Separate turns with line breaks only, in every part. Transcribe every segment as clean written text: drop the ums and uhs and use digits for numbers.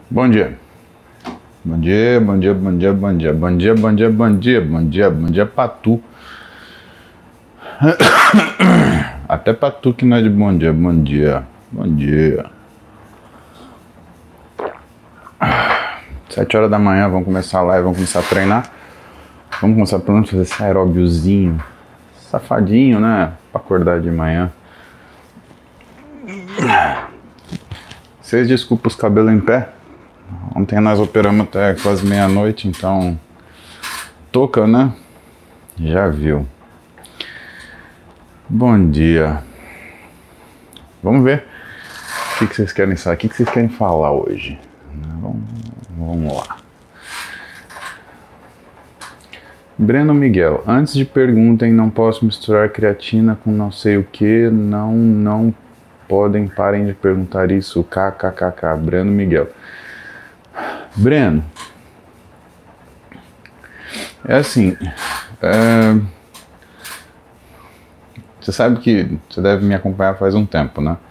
Bom dia. Bom dia, bom dia, bom dia, bom dia, bom dia, bom dia, bom dia, bom dia, bom dia pra tu. Até pra tu que não é de bom dia, bom dia, bom dia. 7 horas da manhã, vamos começar a live, vamos começar a treinar. Vamos começar pelo menos a fazer esse aeróbiozinho, safadinho, né? Pra acordar de manhã. Vocês desculpem os cabelos em pé. Ontem nós operamos até quase meia-noite, então touca, né? Já viu. Bom dia. Vamos ver o que vocês querem saber, o que vocês querem falar hoje. Vamos lá. Breno Miguel, antes de perguntem, não posso misturar creatina com não sei o que, não podem, parem de perguntar isso, kkkk, Breno Miguel. Breno, é assim, você sabe que você deve me acompanhar faz um tempo, né?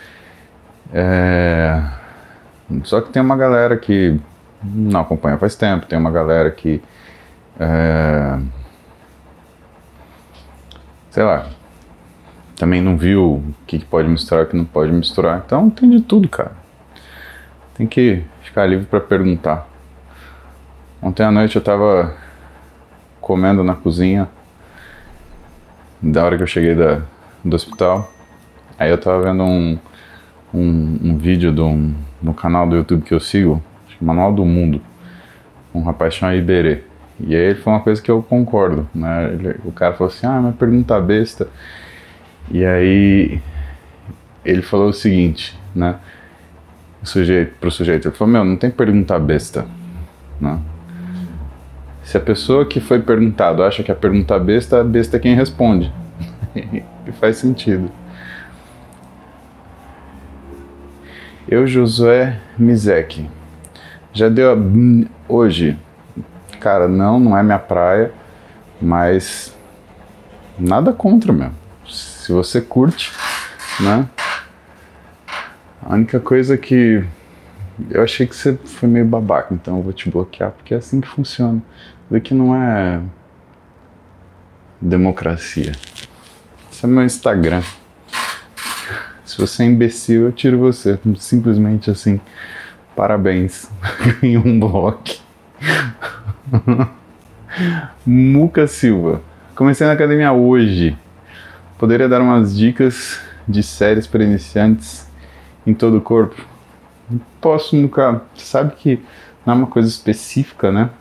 Só que tem uma galera que não acompanha faz tempo, tem uma galera que, sei lá, também não viu o que pode misturar e o que não pode misturar. Então tem de tudo, cara. Tem que ficar livre para perguntar. Ontem à noite eu tava comendo na cozinha, da hora que eu cheguei do hospital. Aí eu tava vendo um vídeo no canal do YouTube que eu sigo, acho que Manual do Mundo, um rapaz chamado Iberê. E aí ele falou uma coisa que eu concordo, né? O cara falou assim, mas pergunta besta. E aí ele falou o seguinte, né? Pro sujeito, ele falou, não tem pergunta besta, né? Se a pessoa que foi perguntado acha que a pergunta besta é quem responde. E faz sentido. Josué Mizek. Já deu hoje. Cara, não é minha praia, mas nada contra mesmo. Se você curte, né? A única coisa que eu achei que você foi meio babaca, então eu vou te bloquear, porque é assim que funciona. Vê que não é democracia. Isso é meu Instagram. Se você é imbecil, eu tiro você. Simplesmente assim. Parabéns. Ganhei um bloco. Muca Silva. Comecei na academia hoje. Poderia dar umas dicas de séries para iniciantes em todo o corpo? Posso, Muca. Você sabe que não é uma coisa específica, né?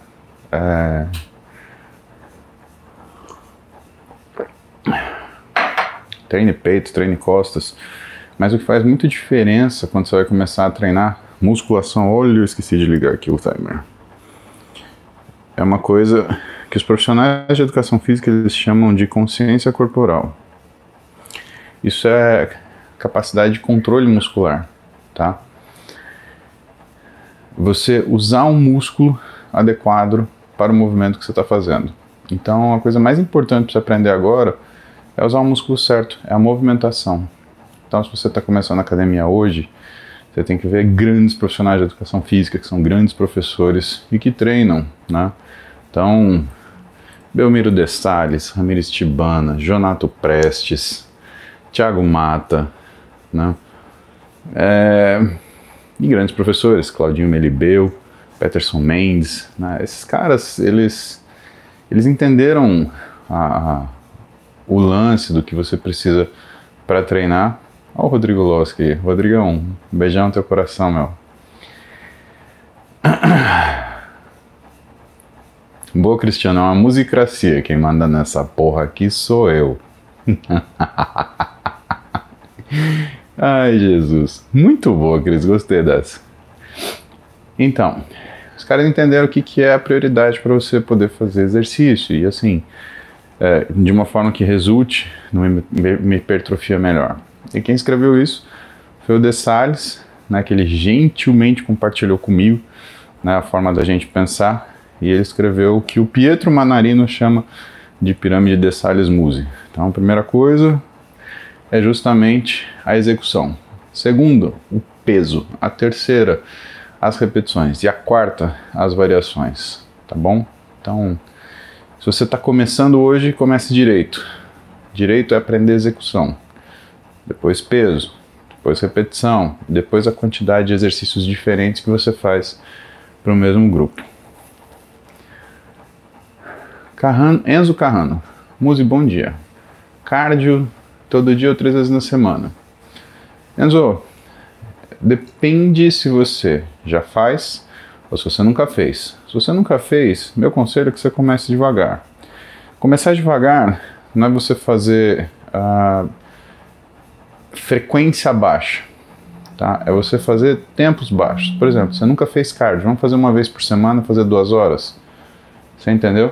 Treine peito, treine costas. Mas o que faz muita diferença quando você vai começar a treinar musculação, olha, eu esqueci de ligar aqui o timer. É uma coisa que os profissionais de educação física eles chamam de consciência corporal. Isso é capacidade de controle muscular, tá? Você usar um músculo adequado para o movimento que você está fazendo. Então, a coisa mais importante para você aprender agora é usar o músculo certo, é a movimentação. Então, se você está começando a academia hoje, você tem que ver grandes profissionais de educação física, que são grandes professores e que treinam, né? Então, Belmiro de Salles, Ramires Tibana, Jonato Prestes, Thiago Mata, né? E grandes professores, Claudinho Melibeu, Peterson Mendes, né? Esses caras, eles entenderam o lance do que você precisa para treinar. Olha o Rodrigo Losky. Rodrigão, um beijão no teu coração, meu. Boa, Cristiano, é uma musicracia. Quem manda nessa porra aqui sou eu. Ai, Jesus. Muito boa, Cris. Gostei dessa. Então, os caras entenderam o que é a prioridade para você poder fazer exercício. E assim, de uma forma que resulte numa hipertrofia melhor. E quem escreveu isso foi o de Salles, né, que ele gentilmente compartilhou comigo, né, a forma da gente pensar. E ele escreveu o que o Pietro Manarino chama de pirâmide de Salles-Muse. Então, a primeira coisa é justamente a execução. Segundo, o peso. A terceira, as repetições. E a quarta, as variações. Tá bom? Então, se você está começando hoje, comece direito. Direito é aprender execução. Depois peso. Depois repetição. Depois a quantidade de exercícios diferentes que você faz para o mesmo grupo. Enzo Carrano. Muse, bom dia. Cardio, todo dia ou 3 vezes na semana. Enzo, depende se você já faz ou se você nunca fez. Se você nunca fez, meu conselho é que você comece devagar. Começar devagar não é você fazer frequência baixa, tá? É você fazer tempos baixos. Por exemplo, você nunca fez cardio, vamos fazer uma vez por semana, fazer 2 horas. Você entendeu?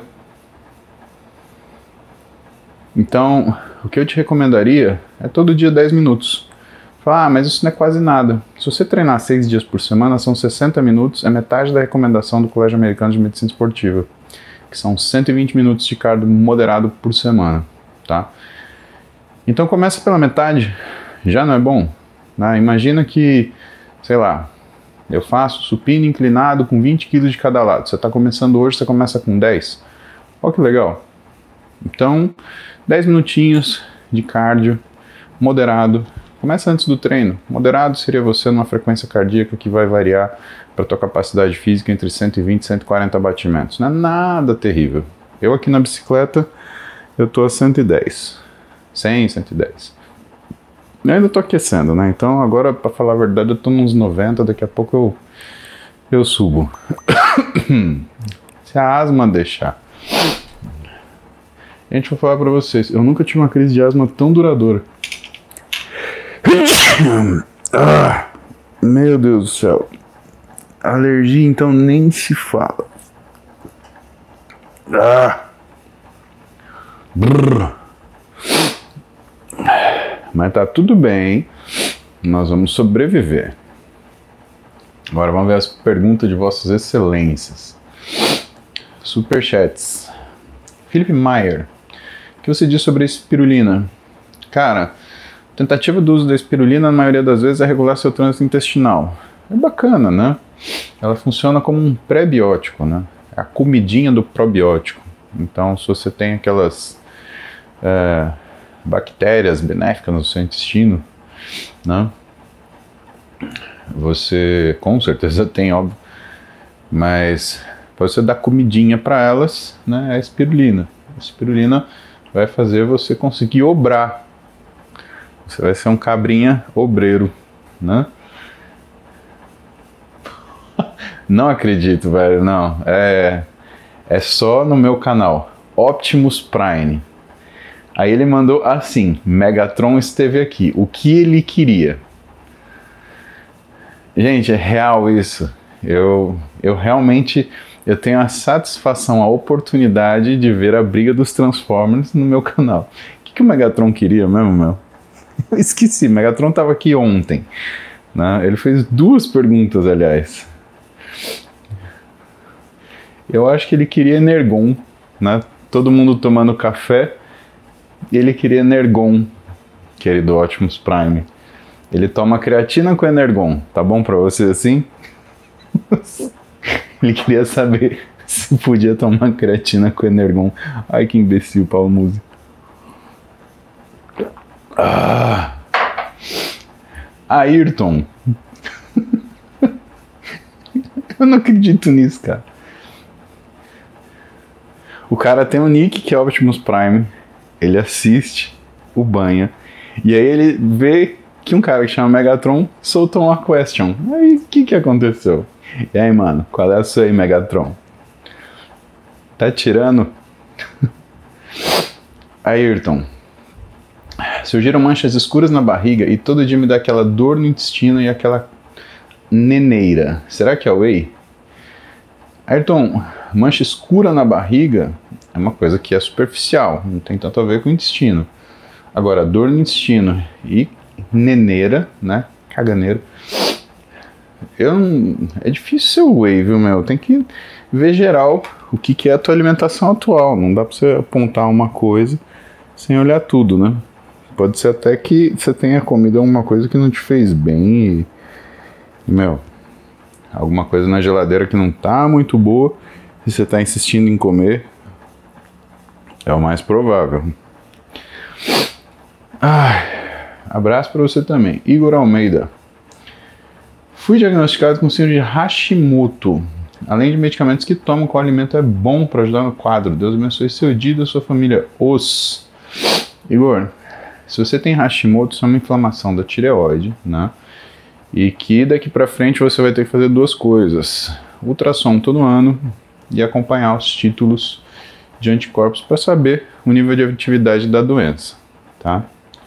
Então, o que eu te recomendaria é todo dia 10 minutos. Fala, mas isso não é quase nada. Se você treinar 6 dias por semana, são 60 minutos, é metade da recomendação do Colégio Americano de Medicina Esportiva, que são 120 minutos de cardio moderado por semana, tá? Então começa pela metade, já não é bom? Né? Imagina que, sei lá, eu faço supino inclinado com 20 kg de cada lado. Você está começando hoje, você começa com 10. Olha que legal. Então, 10 minutinhos de cardio moderado. Começa antes do treino. Moderado seria você numa frequência cardíaca que vai variar para a tua capacidade física entre 120 e 140 batimentos. Não é nada terrível. Eu aqui na bicicleta, eu tô a 110. 100, 110. Eu ainda tô aquecendo, né? Então agora, para falar a verdade, eu tô nos 90, daqui a pouco eu subo. Se a asma deixar. Gente, vou falar pra vocês, eu nunca tive uma crise de asma tão duradoura. Meu Deus do céu. Alergia, então, nem se fala. Mas tá tudo bem. Nós vamos sobreviver. Agora vamos ver as perguntas de vossas excelências. Superchats. Felipe Maier. O que você diz sobre a espirulina? Cara, a tentativa do uso da espirulina, na maioria das vezes, é regular seu trânsito intestinal. É bacana, né? Ela funciona como um pré-biótico, né? É a comidinha do probiótico. Então, se você tem aquelas bactérias benéficas no seu intestino, né? Você, com certeza tem, óbvio, mas para você dar comidinha para elas, né? É a espirulina. A espirulina vai fazer você conseguir obrar. Você vai ser um cabrinha obreiro, né? Não acredito, velho, não. É só no meu canal, Optimus Prime. Aí ele mandou assim: Megatron esteve aqui. O que ele queria? Gente, é real isso. Eu realmente tenho a satisfação, a oportunidade de ver a briga dos Transformers no meu canal. O que o Megatron queria mesmo, meu? Eu esqueci, Megatron estava aqui ontem, né? Ele fez 2 perguntas, aliás. Eu acho que ele queria Energon, né? Todo mundo tomando café, e ele queria Energon, querido Optimus Prime. Ele toma creatina com Energon, tá bom pra você assim? Ele queria saber se podia tomar creatina com Energon. Ai, que imbecil, Paulo Musi. Ayrton. Eu não acredito nisso, cara. O cara tem um nick que é Optimus Prime. Ele assiste o banha. E aí ele vê que um cara que chama Megatron soltou uma question. Aí, o que aconteceu? E aí, mano, qual é a sua aí, Megatron? Tá tirando? Ayrton. Surgiram manchas escuras na barriga e todo dia me dá aquela dor no intestino e aquela neneira. Será que é whey? Ayrton, mancha escura na barriga é uma coisa que é superficial, não tem tanto a ver com o intestino. Agora, dor no intestino e neneira, né? Caganeira. É difícil ser o whey, viu, meu? Tem que ver geral o que é a tua alimentação atual. Não dá pra você apontar uma coisa sem olhar tudo, né? Pode ser até que você tenha comido alguma coisa que não te fez bem e... Meu, alguma coisa na geladeira que não tá muito boa e você tá insistindo em comer. É o mais provável. Abraço para você também. Igor Almeida. Fui diagnosticado com síndrome de Hashimoto. Além de medicamentos que tomo, qual alimento é bom para ajudar no quadro? Deus abençoe seu dia e da sua família. Igor, se você tem Hashimoto, isso é uma inflamação da tireoide, né? E que daqui para frente você vai ter que fazer duas coisas. Ultrassom todo ano e acompanhar os títulos de anticorpos para saber o nível de atividade da doença, tá?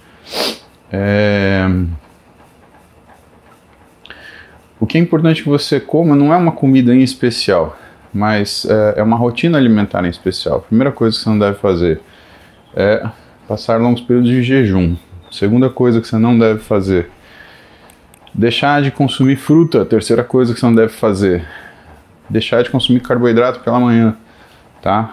O que é importante que você coma não é uma comida em especial, mas é uma rotina alimentar em especial. A primeira coisa que você não deve fazer é passar longos períodos de jejum. Segunda coisa que você não deve fazer, deixar de consumir fruta. Terceira coisa que você não deve fazer, deixar de consumir carboidrato pela manhã, tá?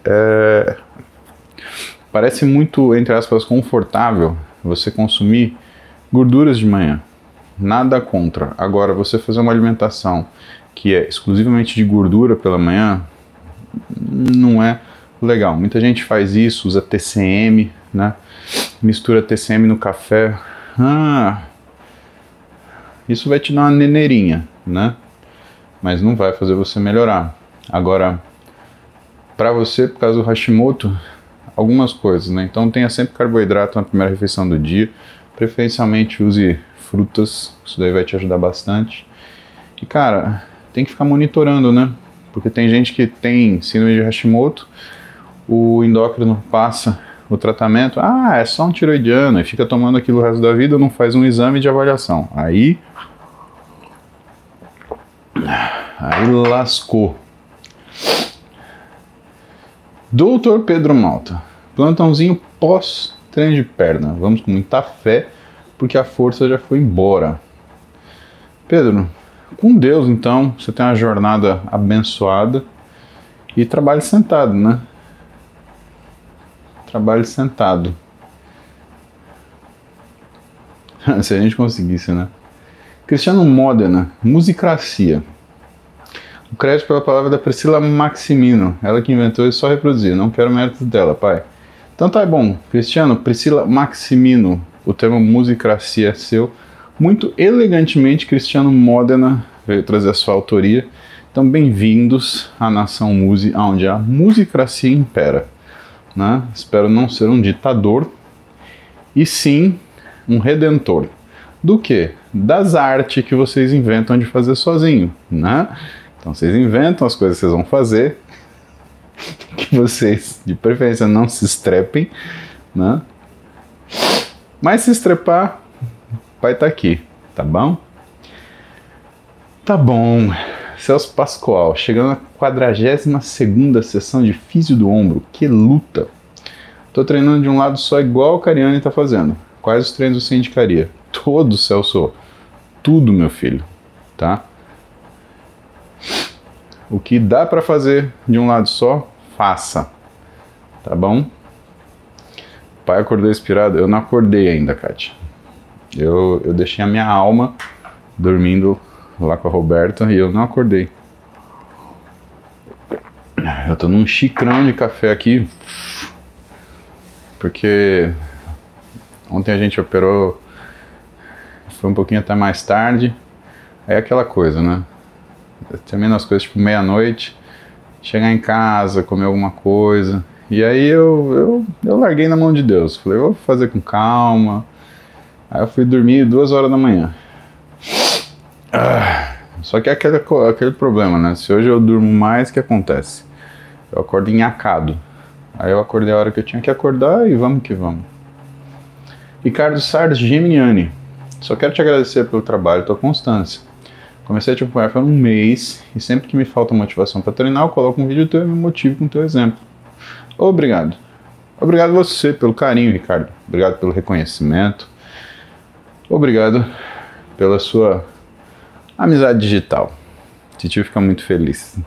Parece muito, entre aspas, confortável você consumir gorduras de manhã. Nada contra. Agora, você fazer uma alimentação que é exclusivamente de gordura pela manhã, não é legal. Muita gente faz isso, usa TCM, né? Mistura TCM no café. Isso vai te dar uma neneirinha, né? Mas não vai fazer você melhorar. Agora, para você, por causa do Hashimoto, algumas coisas, né? Então tenha sempre carboidrato na primeira refeição do dia. Preferencialmente use frutas, isso daí vai te ajudar bastante. E cara, tem que ficar monitorando, né? Porque tem gente que tem síndrome de Hashimoto, o endócrino passa o tratamento, é só um tiroidiano, e fica tomando aquilo o resto da vida, não faz um exame de avaliação. Aí lascou. Doutor Pedro Malta, plantãozinho pós-treino de perna. Vamos com muita fé, porque a força já foi embora. Pedro, com Deus então, você tem uma jornada abençoada e trabalhe sentado, né? Trabalhe sentado. Se a gente conseguisse, né? Cristiano Modena, Musicracia. O crédito pela palavra da Priscila Maximino. Ela que inventou e só reproduzir. Não quero méritos dela, pai. Então tá bom. Cristiano, Priscila Maximino. O termo musicracia é seu. Muito elegantemente, Cristiano Modena veio trazer a sua autoria. Então, bem-vindos à Nação Musi, onde a musicracia impera, né? Espero não ser um ditador, e sim um redentor. Do quê? Das artes que vocês inventam de fazer sozinho, né? Então, vocês inventam as coisas que vocês vão fazer, que vocês, de preferência, não se estrepem, né? Mas se estrepar, vai estar aqui, tá bom? Tá bom. Celso Pascoal, chegando na 42ª sessão de físio do ombro. Que luta! Tô treinando de um lado só igual o Cariani tá fazendo. Quais os treinos você indicaria? Todos, Celso. Tudo, meu filho, tá? O que dá pra fazer de um lado só, faça, tá bom? Pai acordou inspirado? Eu não acordei ainda, Kátia. Eu deixei a minha alma dormindo lá com a Roberta e eu não acordei. Eu tô num xicrão de café aqui, porque ontem a gente operou, foi um pouquinho até mais tarde, aí é aquela coisa, né? Eu termino as coisas tipo meia-noite, chegar em casa, comer alguma coisa, e aí eu larguei na mão de Deus, falei, eu vou fazer com calma. Aí eu fui dormir 2 horas da manhã. Só que é aquele problema, né? Se hoje eu durmo mais, o que acontece? Eu acordo enhacado. Aí eu acordei a hora que eu tinha que acordar e vamos que vamos. Ricardo Sardes Geminiani. Só quero te agradecer pelo trabalho e tua constância. Comecei a te acompanhar faz um mês e sempre que me falta motivação para treinar, eu coloco um vídeo teu e me motivo com o teu exemplo. Obrigado. Obrigado você pelo carinho, Ricardo. Obrigado pelo reconhecimento. Obrigado pela sua amizade digital. Titio fica muito feliz.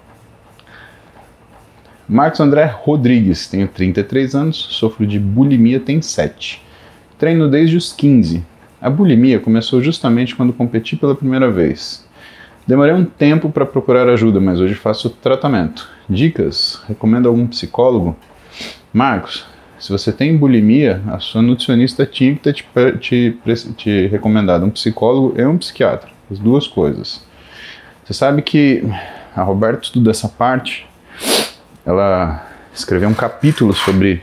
Marcos André Rodrigues. Tenho 33 anos, sofro de bulimia tem 7. Treino desde os 15. A bulimia começou justamente quando competi pela primeira vez. Demorei um tempo para procurar ajuda, mas hoje faço tratamento. Dicas? Recomendo algum psicólogo? Marcos, se você tem bulimia, a sua nutricionista tinha que ter te recomendado um psicólogo e um psiquiatra. As duas coisas. Você sabe que a Roberta estuda essa parte. Ela escreveu um capítulo sobre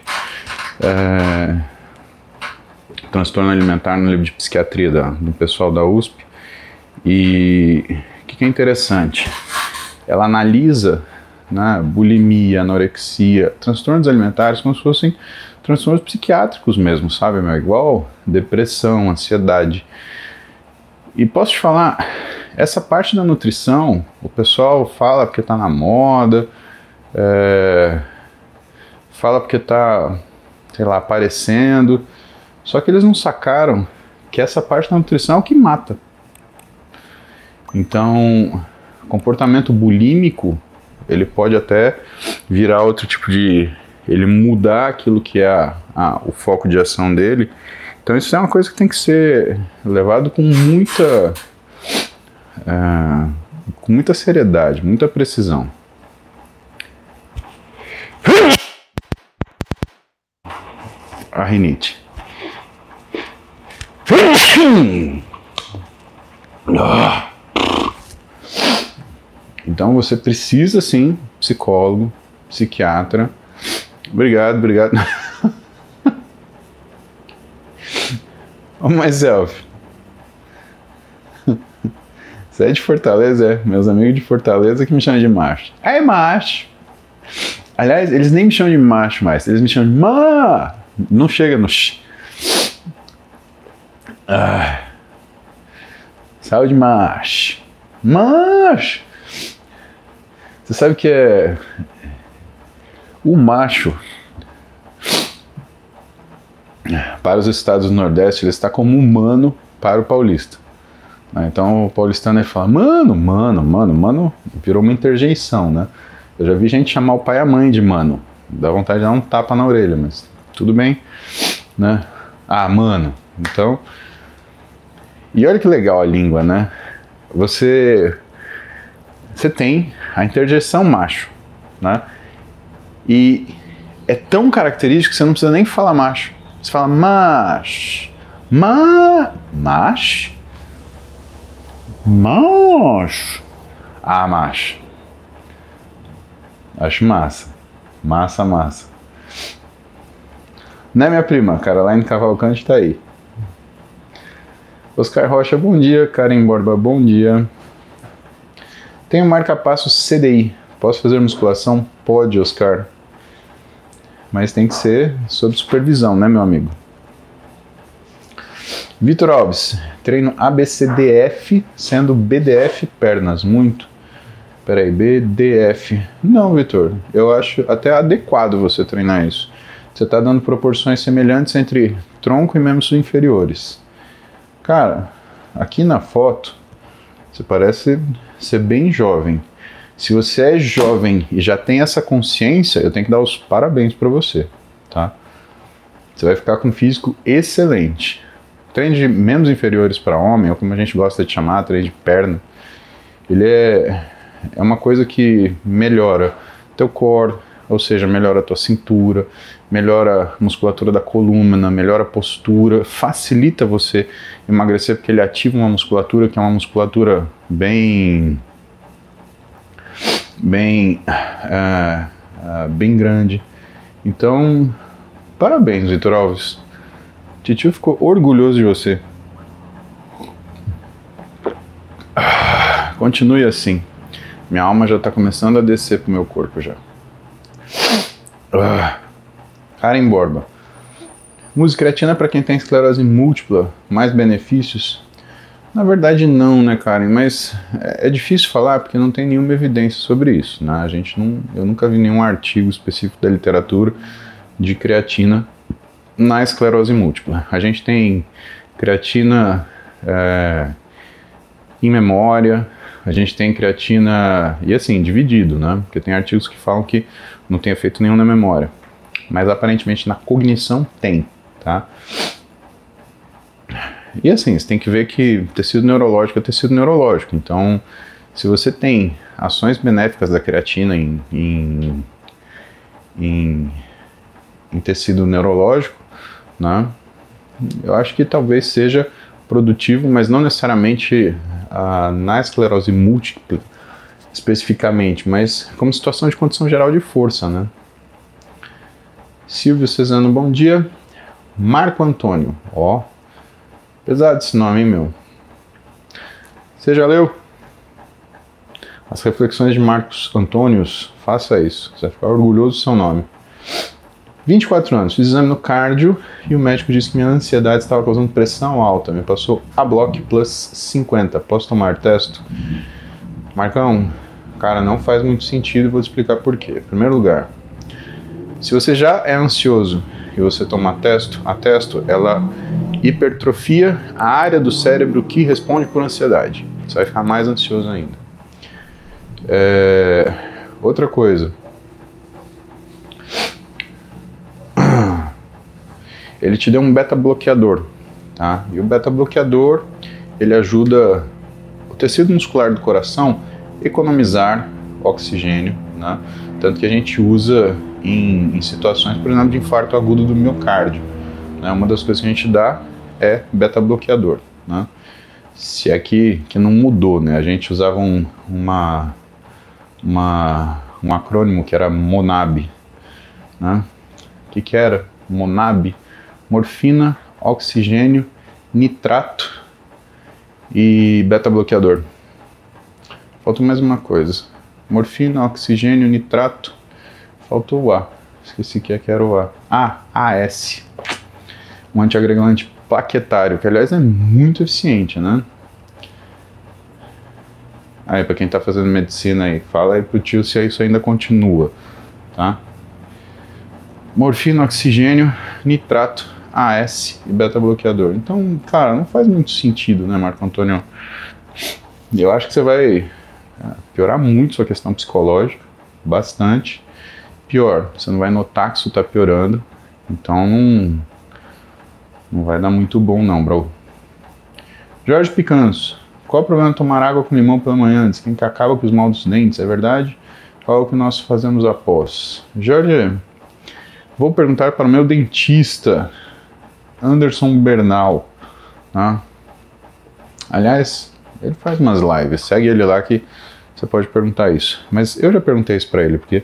transtorno alimentar no livro de psiquiatria do pessoal da USP. E o que é interessante? Ela analisa, né, bulimia, anorexia, transtornos alimentares como se fossem transtornos psiquiátricos mesmo, sabe, meu? Igual depressão, ansiedade. E posso te falar, essa parte da nutrição, o pessoal fala porque tá na moda, fala porque tá, sei lá, aparecendo, só que eles não sacaram que essa parte da nutrição é o que mata. Então, comportamento bulímico, ele pode até virar outro tipo de... ele mudar aquilo que é o foco de ação dele. Então isso é uma coisa que tem que ser levado com muita seriedade, muita precisão. A rinite. Então você precisa sim, psicólogo, psiquiatra. Obrigado. Ô Myself. Você é de Fortaleza, é? Meus amigos de Fortaleza que me chamam de macho. É macho. Aliás, eles nem me chamam de macho mais, eles me chamam de ma. Não chega no sh. Saúde, macho. Macho. Você sabe que o macho, para os estados do Nordeste, ele está como humano para o paulista. Então o paulistano ele fala, mano, virou uma interjeição, né? Eu já vi gente chamar o pai e a mãe de mano. Dá vontade de dar um tapa na orelha, mas tudo bem, né? Ah, mano. Então, e olha que legal a língua, né? Você tem a interjeição macho, né? E é tão característico que você não precisa nem falar macho. Você fala macho. Macho? Macho. Ah, macho. Acho massa. Massa. Né, minha prima? Caroline Cavalcante tá aí. Oscar Rocha, bom dia. Karen Borba, bom dia. Tenho marca-passo CDI. Posso fazer musculação? Pode, Oscar. Mas tem que ser sob supervisão, né, meu amigo? Vitor Alves, treino ABCDF, sendo BDF pernas, muito. Peraí, BDF. Não, Vitor, eu acho até adequado você treinar isso. Você está dando proporções semelhantes entre tronco e membros inferiores. Cara, aqui na foto, você parece ser bem jovem. Se você é jovem e já tem essa consciência, eu tenho que dar os parabéns para você, tá? Você vai ficar com um físico excelente. Treino de membros inferiores para homem, ou como a gente gosta de chamar, treino de perna, ele é uma coisa que melhora teu core, ou seja, melhora a tua cintura, melhora a musculatura da coluna, melhora a postura, facilita você emagrecer porque ele ativa uma musculatura que é uma musculatura bem grande. Então, parabéns, Vitor Alves. Titio ficou orgulhoso de você. Continue assim. Minha alma já está começando a descer pro meu corpo já. Karen Borba. Música creatina para quem tem esclerose múltipla, mais benefícios? Na verdade não, né, Karen? Mas é difícil falar porque não tem nenhuma evidência sobre isso, né? Eu nunca vi nenhum artigo específico da literatura de creatina na esclerose múltipla. A gente tem creatina em memória, a gente tem creatina, e assim, dividido, né? Porque tem artigos que falam que não tem efeito nenhum na memória, mas aparentemente na cognição tem, tá? E assim, você tem que ver que tecido neurológico é tecido neurológico, então Se você tem ações benéficas da creatina em tecido neurológico, né, eu acho que talvez seja produtivo, mas não necessariamente na esclerose múltipla especificamente, mas como situação de condição geral de força, né? Silvio Cesano, bom dia. Marco Antônio, ó, pesado esse nome, hein, meu? Você já leu as reflexões de Marcos Antônios? Faça isso, você vai ficar orgulhoso do seu nome. 24 anos, fiz exame no cardio e o médico disse que minha ansiedade estava causando pressão alta. Me passou a Block plus 50. Posso tomar testo? Marcão, cara, não faz muito sentido e vou te explicar por quê. Em primeiro lugar, se você já é ansioso e você toma a testo, ela hipertrofia a área do cérebro que responde por ansiedade. Você vai ficar mais ansioso ainda. Outra coisa. Ele te deu um beta-bloqueador, tá? E o beta-bloqueador, ele ajuda o tecido muscular do coração a economizar oxigênio, né? Tanto que a gente usa em situações, por exemplo, de infarto agudo do miocárdio, né? Uma das coisas que a gente dá é beta-bloqueador, né? Se é que não mudou, né? A gente usava um acrônimo que era MONAB, né? O que era? MONAB? Morfina, oxigênio, nitrato e beta-bloqueador. Faltou mais uma coisa. Morfina, oxigênio, nitrato. Faltou o A. Esqueci que era o A. AS. Um antiagregante plaquetário, que aliás é muito eficiente, né? Aí, pra quem tá fazendo medicina aí, fala aí pro tio se isso ainda continua, tá? Morfina, oxigênio, nitrato, AS e beta-bloqueador. Então, cara, não faz muito sentido, né, Marco Antônio? Eu acho que você vai piorar muito sua questão psicológica, bastante. Pior, você não vai notar que isso tá piorando, então não vai dar muito bom não, bro. Jorge Picanso, qual o problema de tomar água com limão pela manhã? Diz que acaba com os mal dos dentes, é verdade? Qual é o que nós fazemos após? Jorge, vou perguntar para o meu dentista, Anderson Bernal, tá? Aliás, ele faz umas lives, segue ele lá que você pode perguntar isso. Mas eu já perguntei isso para ele, porque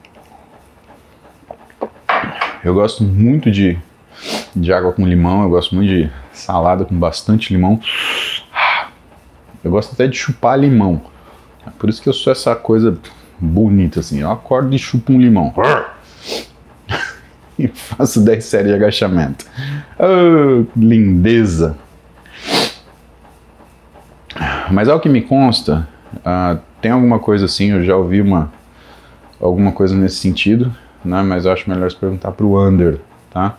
eu gosto muito de água com limão, eu gosto muito de salada com bastante limão. Eu gosto até de chupar limão. É por isso que eu sou essa coisa bonita, assim. Eu acordo e chupo um limão. E faço 10 séries de agachamento. Oh, lindeza! Mas ao que me consta, tem alguma coisa assim, eu já ouvi alguma coisa nesse sentido, né? Mas eu acho melhor se perguntar para o Ander, tá?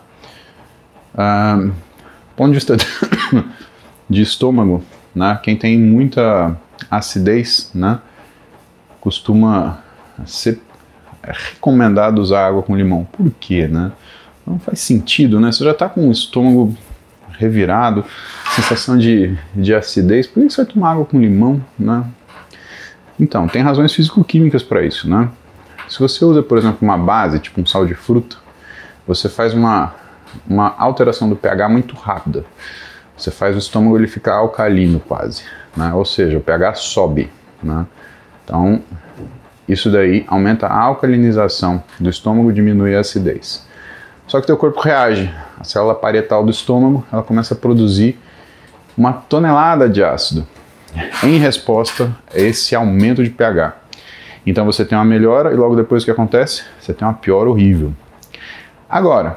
Ponto de vista de estômago, né? Quem tem muita acidez, né? Costuma ser recomendado usar água com limão. Por quê, né? Não faz sentido, né? Você já está com o estômago revirado, sensação de acidez, por que você vai tomar água com limão, né? Então, tem razões físico-químicas para isso, né? Se você usa, por exemplo, uma base, tipo um sal de fruta, você faz uma alteração do pH muito rápida. Você faz o estômago ele ficar alcalino quase, né? Ou seja, o pH sobe, né? Então, isso daí aumenta a alcalinização do estômago, diminui a acidez. Só que teu corpo reage. A célula parietal do estômago, ela começa a produzir uma tonelada de ácido em resposta a esse aumento de pH. Então você tem uma melhora e logo depois o que acontece? Você tem uma piora horrível. Agora,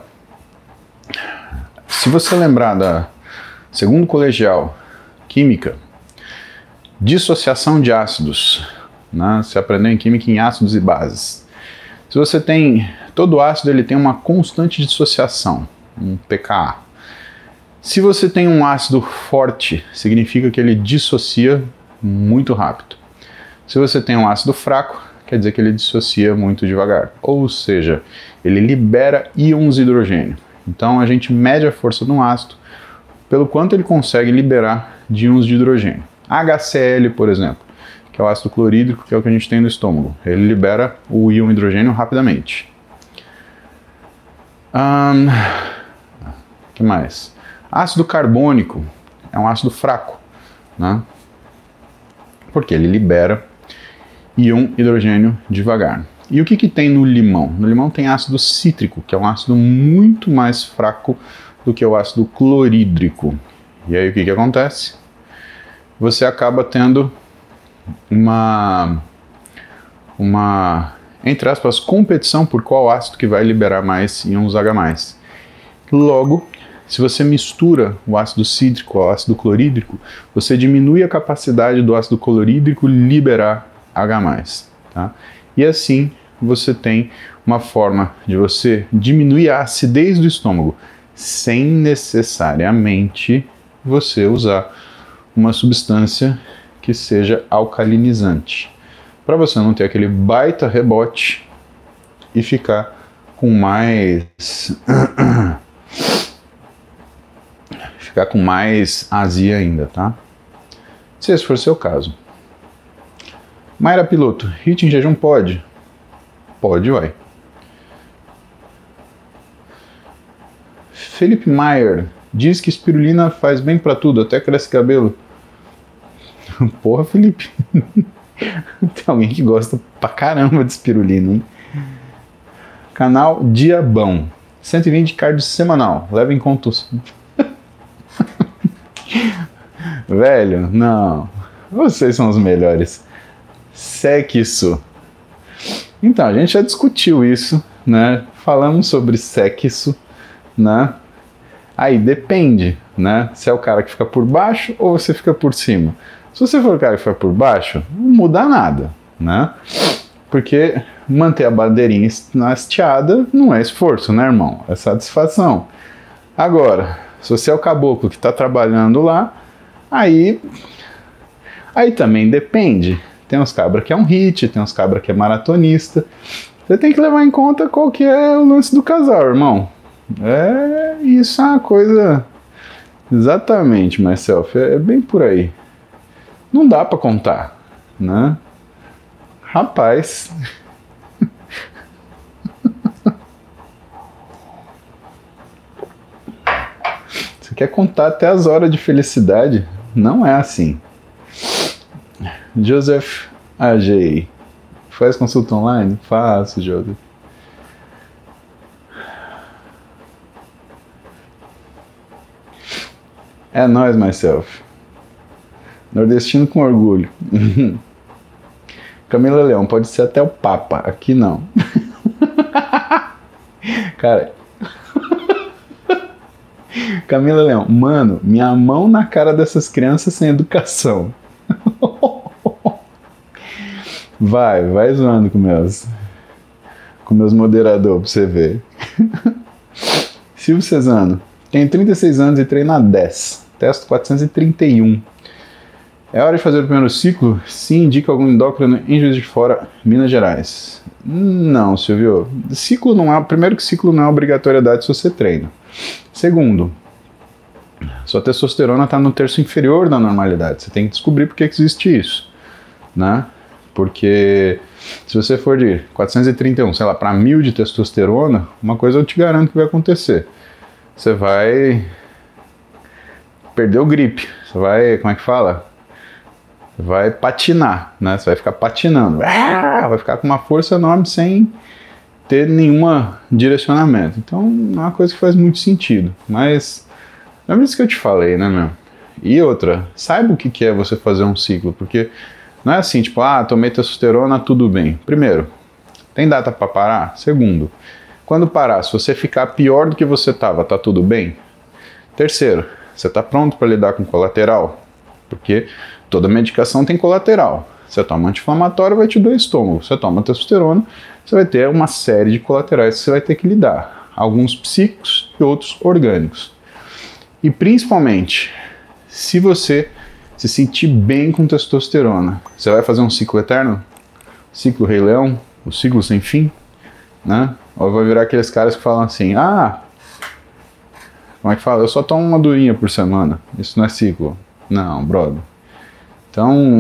se você lembrar da segundo colegial, química, dissociação de ácidos, né? Você aprendeu em química em ácidos e bases. Se você tem, todo ácido ele tem uma constante dissociação, um pKa. Se você tem um ácido forte, significa que ele dissocia muito rápido. Se você tem um ácido fraco, quer dizer que ele dissocia muito devagar. Ou seja, ele libera íons de hidrogênio. Então a gente mede a força de um ácido pelo quanto ele consegue liberar de íons de hidrogênio. HCl, por exemplo, que é o ácido clorídrico, que é o que a gente tem no estômago. Ele libera o íon hidrogênio rapidamente. Que mais? Ácido carbônico é um ácido fraco, né? Porque ele libera íon hidrogênio devagar. E o que tem no limão? No limão tem ácido cítrico, que é um ácido muito mais fraco do que o ácido clorídrico. E aí o que acontece? Você acaba tendo uma, entre aspas, competição por qual ácido que vai liberar mais íons H+. Logo, se você mistura o ácido cítrico ao ácido clorídrico, você diminui a capacidade do ácido clorídrico liberar H+. Tá? E assim você tem uma forma de você diminuir a acidez do estômago, sem necessariamente você usar uma substância que seja alcalinizante, para você não ter aquele baita rebote e ficar com mais azia ainda, tá? Se esse for o seu caso. Mayra Piloto, HIIT em jejum pode? Pode, vai. Felipe Maier diz que espirulina faz bem pra tudo, até cresce cabelo. Porra, Felipe. Tem alguém que gosta pra caramba de espirulina, hein? Canal Diabão. 120 cardio semanal. Leva em conta os... Velho, não. Vocês são os melhores. Segue isso. Então, a gente já discutiu isso, né? Falamos sobre sexo, né? Aí depende, né? Se é o cara que fica por baixo ou você fica por cima. Se você for o cara que fica por baixo, não muda nada, né? Porque manter a bandeirinha hasteada não é esforço, né, irmão? É satisfação. Agora, se você é o caboclo que está trabalhando lá, aí também depende. Tem uns cabra que é um hit, tem uns cabra que é maratonista. Você tem que levar em conta qual que é o lance do casal, irmão. Isso é uma coisa... Exatamente, myself. É bem por aí. Não dá pra contar, né? Rapaz... Você quer contar até as horas de felicidade? Não é assim. Joseph AJ. Faz consulta online? Faço, Joseph. É nóis, myself. Nordestino com orgulho. Camila Leão, pode ser até o Papa. Aqui não. Cara. Camila Leão, mano, minha mão na cara dessas crianças sem educação. Vai zoando com meus moderadores pra você ver. Silvio Cesano, tenho 36 anos e treino há 10. Testo 431. É hora de fazer o primeiro ciclo? Sim, indica algum endócrino em Juiz de Fora, Minas Gerais. Não, Silvio. Ciclo não é, primeiro que ciclo não é obrigatoriedade se você treina. Segundo, sua testosterona está no terço inferior da normalidade. Você tem que descobrir por que existe isso, né? Porque se você for de 431, sei lá, para 1000 de testosterona, uma coisa eu te garanto que vai acontecer. Você vai perder o grip. Você vai, como é que fala? Vai patinar, né? Você vai ficar patinando. Vai ficar com uma força enorme sem ter nenhum direcionamento. Então, não é uma coisa que faz muito sentido. Mas, lembra disso que eu te falei, né, meu? E outra, saiba o que é você fazer um ciclo, porque não é assim, tipo, tomei testosterona, tudo bem. Primeiro, tem data para parar? Segundo, quando parar, se você ficar pior do que você estava, tá tudo bem? Terceiro, você está pronto para lidar com colateral? Porque toda medicação tem colateral. Você toma anti-inflamatório, vai te doer estômago. Você toma testosterona, você vai ter uma série de colaterais que você vai ter que lidar. Alguns psíquicos e outros orgânicos. E principalmente, se você se sentir bem com testosterona, você vai fazer um ciclo eterno? Ciclo Rei Leão? O ciclo sem fim? Né? Ou vai virar aqueles caras que falam assim, como é que fala? Eu só tomo uma durinha por semana. Isso não é ciclo. Não, brother. Então,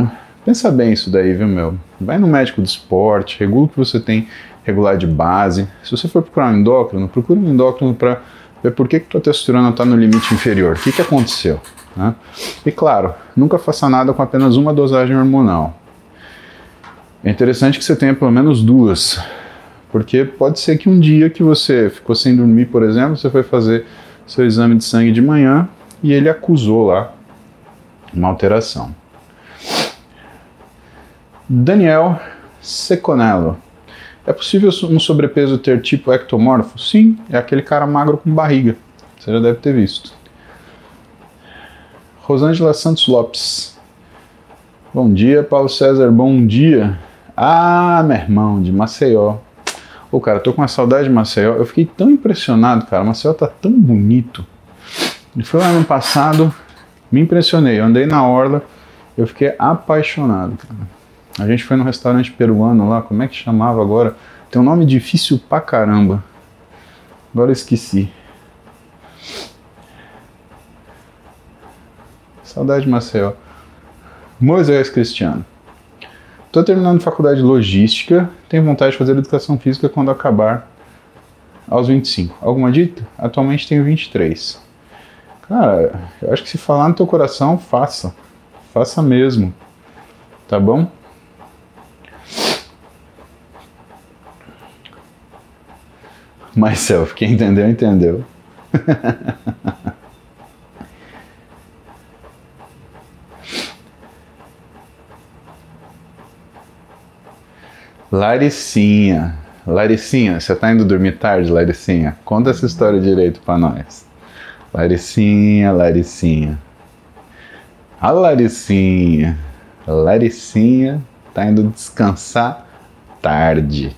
Pensa bem isso daí, viu, meu? Vai no médico do esporte, regula o que você tem regular de base. Se você for procurar um endócrino, procura um endócrino para ver por que tua testosterona está no limite inferior. O que aconteceu? Né? E claro, nunca faça nada com apenas uma dosagem hormonal. É interessante que você tenha pelo menos 2, porque pode ser que um dia que você ficou sem dormir, por exemplo, você foi fazer seu exame de sangue de manhã e ele acusou lá uma alteração. Daniel Seconello. É possível um sobrepeso ter tipo ectomorfo? Sim, é aquele cara magro com barriga. Você já deve ter visto. Rosângela Santos Lopes. Bom dia, Paulo César, bom dia. Ah, meu irmão, de Maceió. Pô, cara, tô com uma saudade de Maceió. Eu fiquei tão impressionado, cara. Maceió tá tão bonito. E foi lá ano passado, me impressionei. Eu andei na orla, eu fiquei apaixonado, cara. A gente foi num restaurante peruano lá, como é que chamava agora? Tem um nome difícil pra caramba. Agora eu esqueci. Saudade de Maceió. Moisés Cristiano. Estou terminando faculdade de logística, tenho vontade de fazer educação física quando acabar aos 25. Alguma dica? Atualmente tenho 23. Cara, eu acho que se falar no teu coração, faça. Faça mesmo. Tá bom? Myself, quem entendeu, entendeu. Laricinha. Laricinha, você tá indo dormir tarde, Laricinha? Conta essa história direito pra nós. Laricinha, Laricinha. A Laricinha. Laricinha tá indo descansar tarde.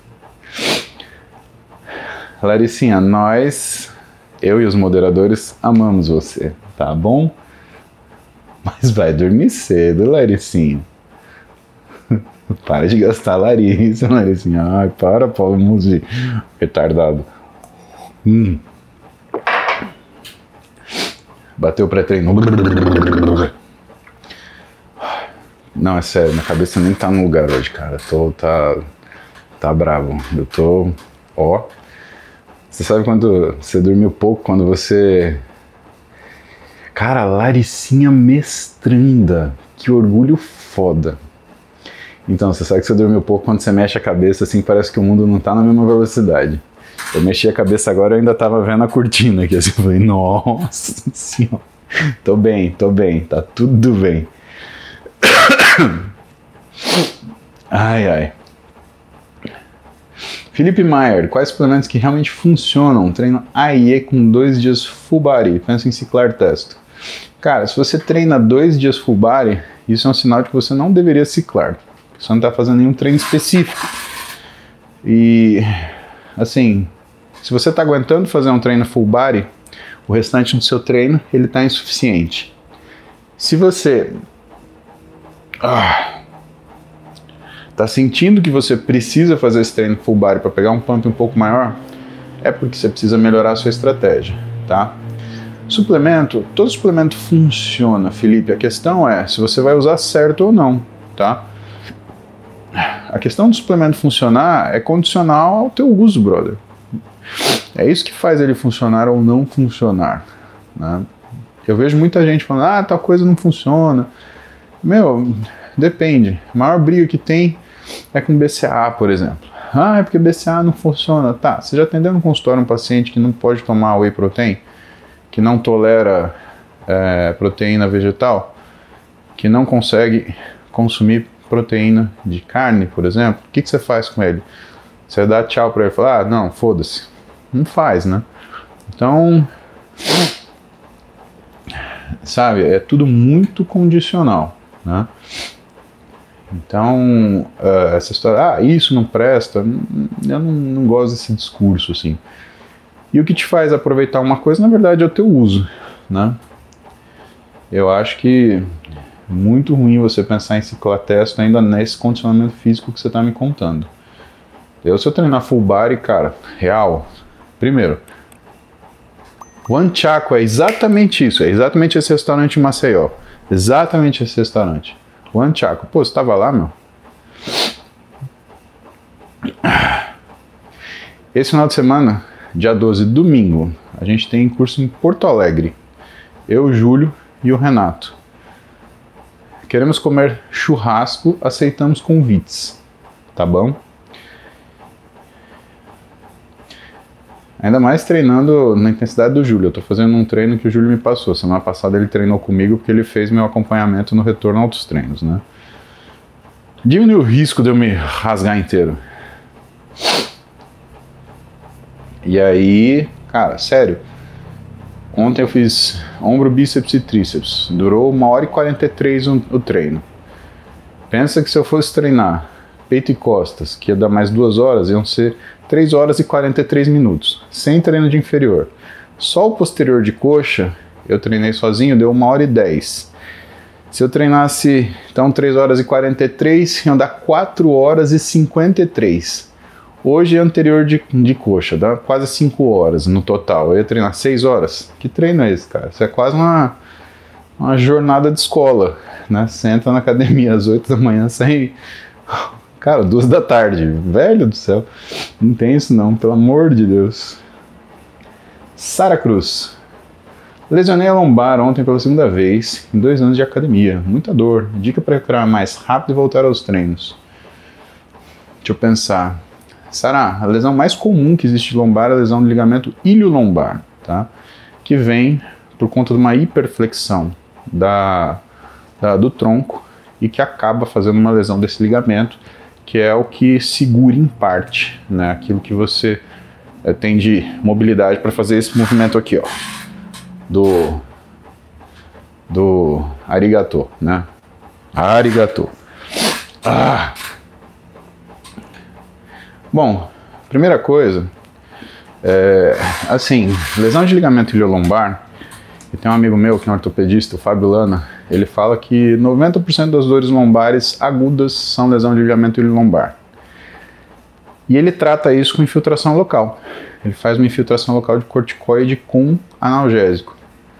Laricinha, nós, eu e os moderadores, amamos você, tá bom? Mas vai dormir cedo, Laricinha. Para de gastar Larissa, Laricinha. Ai, para, Paulo Musi, retardado. Bateu o pré-treino. Não, é sério, minha cabeça nem tá no lugar hoje, cara. Tá bravo. Eu tô, ó. Você sabe quando você dormiu pouco, quando você... Cara, Laricinha mestranda. Que orgulho foda. Então, você sabe que você dormiu pouco quando você mexe a cabeça, assim, parece que o mundo não tá na mesma velocidade. Eu mexi a cabeça agora e ainda tava vendo a cortina aqui, assim, eu falei, nossa senhora. Tô bem, tá tudo bem. Ai, ai. Felipe Maier, quais suplementos que realmente funcionam? Treino AIE com 2 dias full body. Pensa em ciclar testo. Cara, se você treina 2 dias full body, isso é um sinal de que você não deveria ciclar. Você não está fazendo nenhum treino específico. E, assim, se você está aguentando fazer um treino full body, o restante do seu treino, ele está insuficiente. Se você tá sentindo que você precisa fazer esse treino full body para pegar um pump um pouco maior, é porque você precisa melhorar a sua estratégia, tá? Suplemento, todo suplemento funciona, Felipe. A questão é se você vai usar certo ou não, tá? A questão do suplemento funcionar é condicional ao teu uso, brother. É isso que faz ele funcionar ou não funcionar, né? Eu vejo muita gente falando, tal coisa não funciona. Meu, depende. A maior briga que tem é com BCAA, por exemplo. É porque BCAA não funciona. Tá, você já atendeu no consultório um paciente que não pode tomar whey protein? Que não tolera proteína vegetal? Que não consegue consumir proteína de carne, por exemplo? O que você faz com ele? Você dá tchau pra ele e fala, não, foda-se. Não faz, né? Então, sabe, é tudo muito condicional, né? Então, essa história, isso não presta, eu não gosto desse discurso, assim. E o que te faz aproveitar uma coisa, na verdade, é o teu uso, né? Eu acho que é muito ruim você pensar em ciclotesto ainda nesse condicionamento físico que você está me contando. Se eu treinar full body, cara, real, primeiro, One Chaco é exatamente isso, é exatamente esse restaurante em Maceió, exatamente esse restaurante. Juan Chaco, pô, você tava lá, meu? Esse final de semana, dia 12, domingo, a gente tem curso em Porto Alegre. Eu, o Júlio e o Renato. Queremos comer churrasco, aceitamos convites. Tá bom? Ainda mais treinando na intensidade do Júlio. Eu tô fazendo um treino que o Júlio me passou. Semana passada ele treinou comigo porque ele fez meu acompanhamento no retorno a outros treinos, né? Diminui o risco de eu me rasgar inteiro. E aí, cara, sério. Ontem eu fiz ombro, bíceps e tríceps. Durou 1h43 o treino. Pensa que se eu fosse treinar peito e costas, que ia dar mais 2 horas, iam ser 3 horas e 43 minutos, sem treino de inferior. Só o posterior de coxa, eu treinei sozinho, deu 1h10. Se eu treinasse, então, 3 horas e 43, iam dar 4 horas e 53. Hoje é anterior de coxa, dá quase 5 horas no total. Eu ia treinar 6 horas. Que treino é esse, cara? Isso é quase uma jornada de escola, né? Você entra na academia às 8 da manhã, sai... Cara, 2 da tarde. Velho do céu. Não tem isso não, pelo amor de Deus. Sara Cruz. Lesionei a lombar ontem pela segunda vez em 2 anos de academia. Muita dor. Dica para recuperar mais rápido e voltar aos treinos. Deixa eu pensar. Sara, a lesão mais comum que existe de lombar é a lesão do ligamento iliolombar, tá? Que vem por conta de uma hiperflexão do tronco e que acaba fazendo uma lesão desse ligamento, que é o que segura em parte, né? Aquilo que você tem de mobilidade para fazer esse movimento aqui, ó, do arigato, né? Arigato. Bom, primeira coisa, assim, lesão de ligamento iliolombar, e tem um amigo meu que é um ortopedista, o Fábio Lana, ele fala que 90% das dores lombares agudas são lesão de ligamento iliolombar. E ele trata isso com infiltração local. Ele faz uma infiltração local de corticoide com analgésico.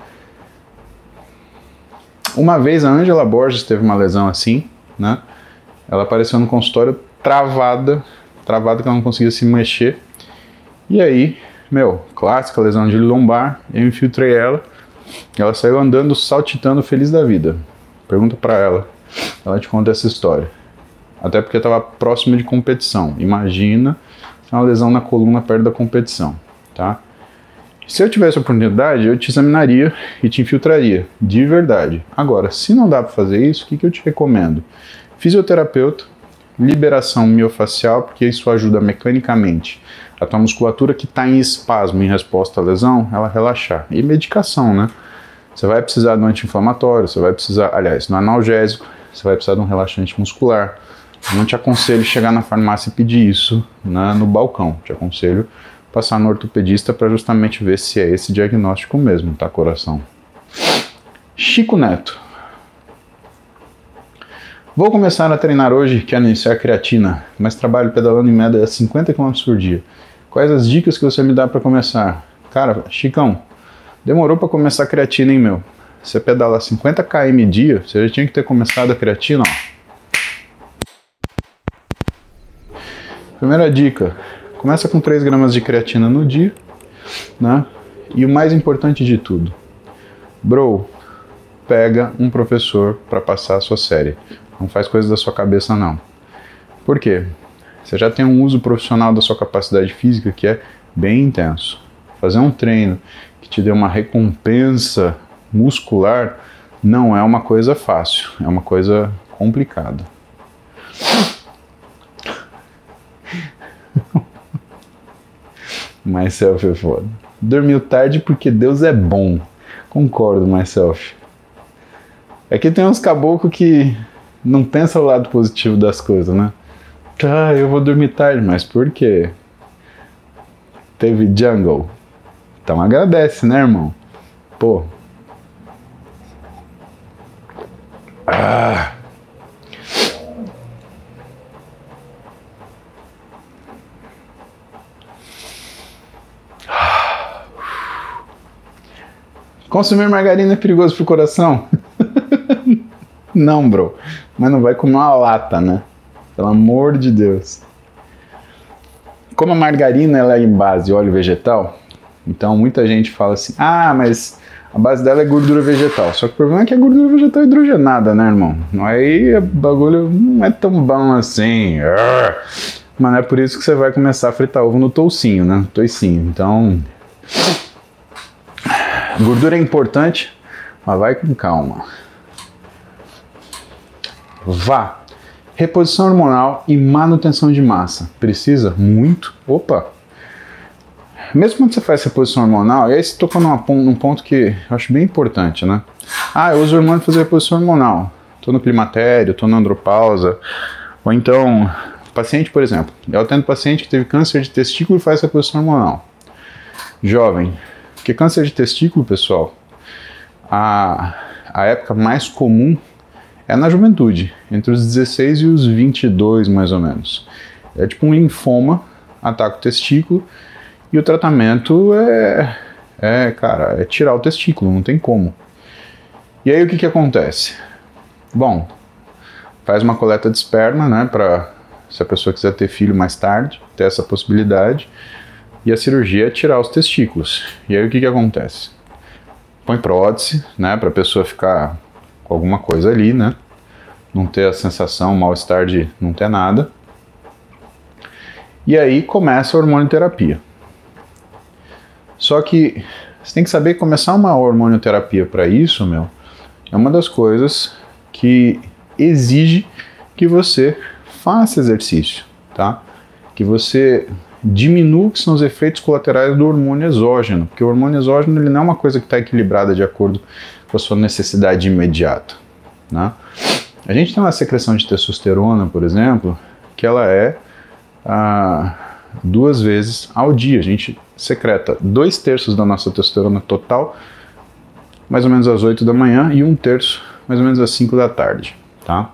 Uma vez a Ângela Borges teve uma lesão assim, né? Ela apareceu no consultório travada que ela não conseguia se mexer. E aí, clássica lesão de lombar, eu infiltrei ela. Ela saiu andando, saltitando, feliz da vida. Pergunta pra ela te conta essa história. Até porque estava próximo de competição. Imagina uma lesão na coluna perto da competição, tá? Se eu tivesse a oportunidade, eu te examinaria e te infiltraria, de verdade. Agora, se não dá para fazer isso, o que eu te recomendo? Fisioterapeuta, liberação miofacial, porque isso ajuda mecanicamente a tua musculatura que está em espasmo em resposta à lesão, ela relaxar. E medicação, né? Você vai precisar de um anti-inflamatório, você vai precisar, aliás, de um analgésico, você vai precisar de um relaxante muscular. Eu não te aconselho chegar na farmácia e pedir isso, né, no balcão. Te aconselho passar no ortopedista para justamente ver se é esse diagnóstico mesmo, tá, coração? Chico Neto. Vou começar a treinar hoje, quero iniciar a creatina, mas trabalho pedalando em média 50 km por dia. Quais as dicas que você me dá para começar? Cara, Chicão, demorou para começar a creatina, hein, meu? Você pedala 50 km dia, você já tinha que ter começado a creatina, ó. Primeira dica, começa com 3 gramas de creatina no dia, né? E o mais importante de tudo, bro, pega um professor para passar a sua série. Não faz coisa da sua cabeça, não. Por quê? Você já tem um uso profissional da sua capacidade física que é bem intenso. Fazer um treino que te dê uma recompensa muscular não é uma coisa fácil, é uma coisa complicada. Myself é foda. Dormiu tarde porque Deus é bom. Concordo, Myself. É que tem uns caboclos que não pensam o lado positivo das coisas, né? Ah, eu vou dormir tarde, mas por quê? Teve jungle. Então agradece, né, irmão? Pô. Consumir margarina é perigoso pro coração? Não, bro. mas não vai comer uma lata, né? Pelo amor de Deus. Como a margarina ela é em base de óleo vegetal, então muita gente fala assim, ah, mas a base dela é gordura vegetal. Só que o problema é que a gordura vegetal é hidrogenada, né, irmão? Aí o bagulho não é tão bom assim. Mas não é por isso que você vai começar a fritar ovo no toucinho, né? Toicinho. Então, gordura é importante, mas vai com calma. Vá. Reposição hormonal e manutenção de massa. Precisa? Muito? Opa! Mesmo quando você faz reposição hormonal, e aí você tocou num ponto que eu acho bem importante, né? Ah, eu uso hormônio para fazer reposição hormonal. Tô no climatério, tô na andropausa. Ou então, paciente, por exemplo. Eu atendo paciente que teve câncer de testículo e faz reposição hormonal. Jovem. Porque câncer de testículo, pessoal, a época mais comum é na juventude, entre os 16 e os 22, mais ou menos. É tipo um linfoma, ataca o testículo, e o tratamento cara, é tirar o testículo, não tem como. E aí o que acontece? Bom, faz uma coleta de esperma, né, para se a pessoa quiser ter filho mais tarde, ter essa possibilidade, e a cirurgia é tirar os testículos. E aí o que acontece? Põe prótese, né, para a pessoa ficar alguma coisa ali, né? Não ter a sensação, mal-estar de não ter nada. E aí começa a hormonioterapia. Só que você tem que saber que começar uma hormonioterapia para isso, é uma das coisas que exige que você faça exercício, tá? Que você diminua o que são os efeitos colaterais do hormônio exógeno, porque o hormônio exógeno ele não é uma coisa que está equilibrada de acordo com a sua necessidade imediata, né? A gente tem uma secreção de testosterona, por exemplo, que ela é 2 vezes ao dia. A gente secreta 2/3 da nossa testosterona total, mais ou menos às 8 da manhã, e 1/3, mais ou menos às 5 da tarde, tá?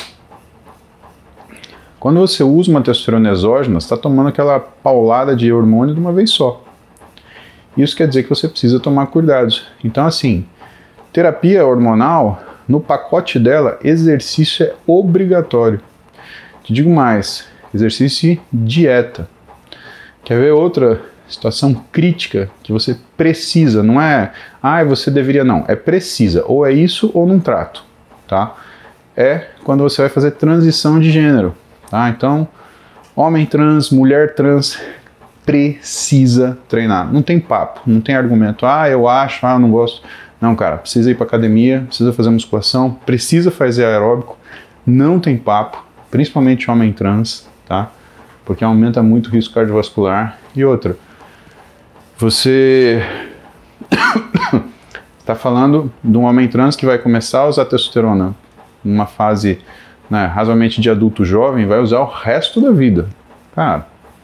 Quando você usa uma testosterona exógena, você está tomando aquela paulada de hormônio de uma vez só. Isso quer dizer que você precisa tomar cuidados. Então, assim, terapia hormonal, no pacote dela, exercício é obrigatório. Te digo mais, exercício e dieta. Quer ver outra situação crítica que você precisa? Não é, você deveria, não. É precisa. Ou é isso ou não trato, tá? É quando você vai fazer transição de gênero, tá? Então, homem trans, mulher trans, precisa treinar. Não tem papo, não tem argumento. Eu acho, eu não gosto. Não, cara, precisa ir para academia, precisa fazer musculação, precisa fazer aeróbico, não tem papo, principalmente homem trans, tá? Porque aumenta muito o risco cardiovascular. E outra, você está falando de um homem trans que vai começar a usar testosterona numa fase, né, razoavelmente de adulto jovem, vai usar o resto da vida. Cara,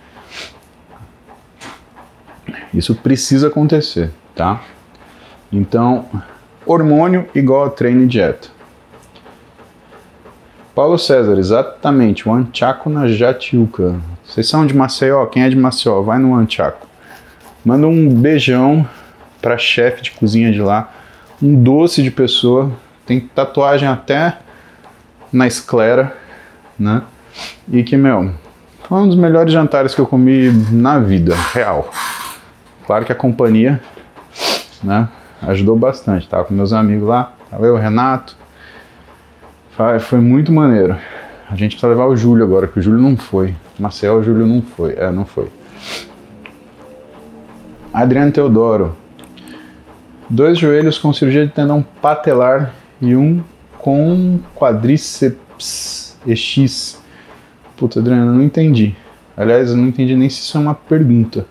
isso precisa acontecer, tá? Então, hormônio igual a treino e dieta. Paulo César, exatamente, o Anchaco na Jatiuca. Vocês são de Maceió? Quem é de Maceió? Vai no Anchaco. Manda um beijão pra chefe de cozinha de lá. Um doce de pessoa. Tem tatuagem até na esclera, né? E que, foi um dos melhores jantares que eu comi na vida, real. Claro que a companhia, né, ajudou bastante. Tava com meus amigos lá, tava eu, o Renato. Foi muito maneiro. A gente precisa levar o Júlio agora, que o Júlio não foi. Marcel, o Júlio não foi. Não foi. Adriano Teodoro. 2 joelhos com cirurgia de tendão patelar e um com quadríceps EX. Puta, Adriano, eu não entendi. Aliás, eu não entendi nem se isso é uma pergunta.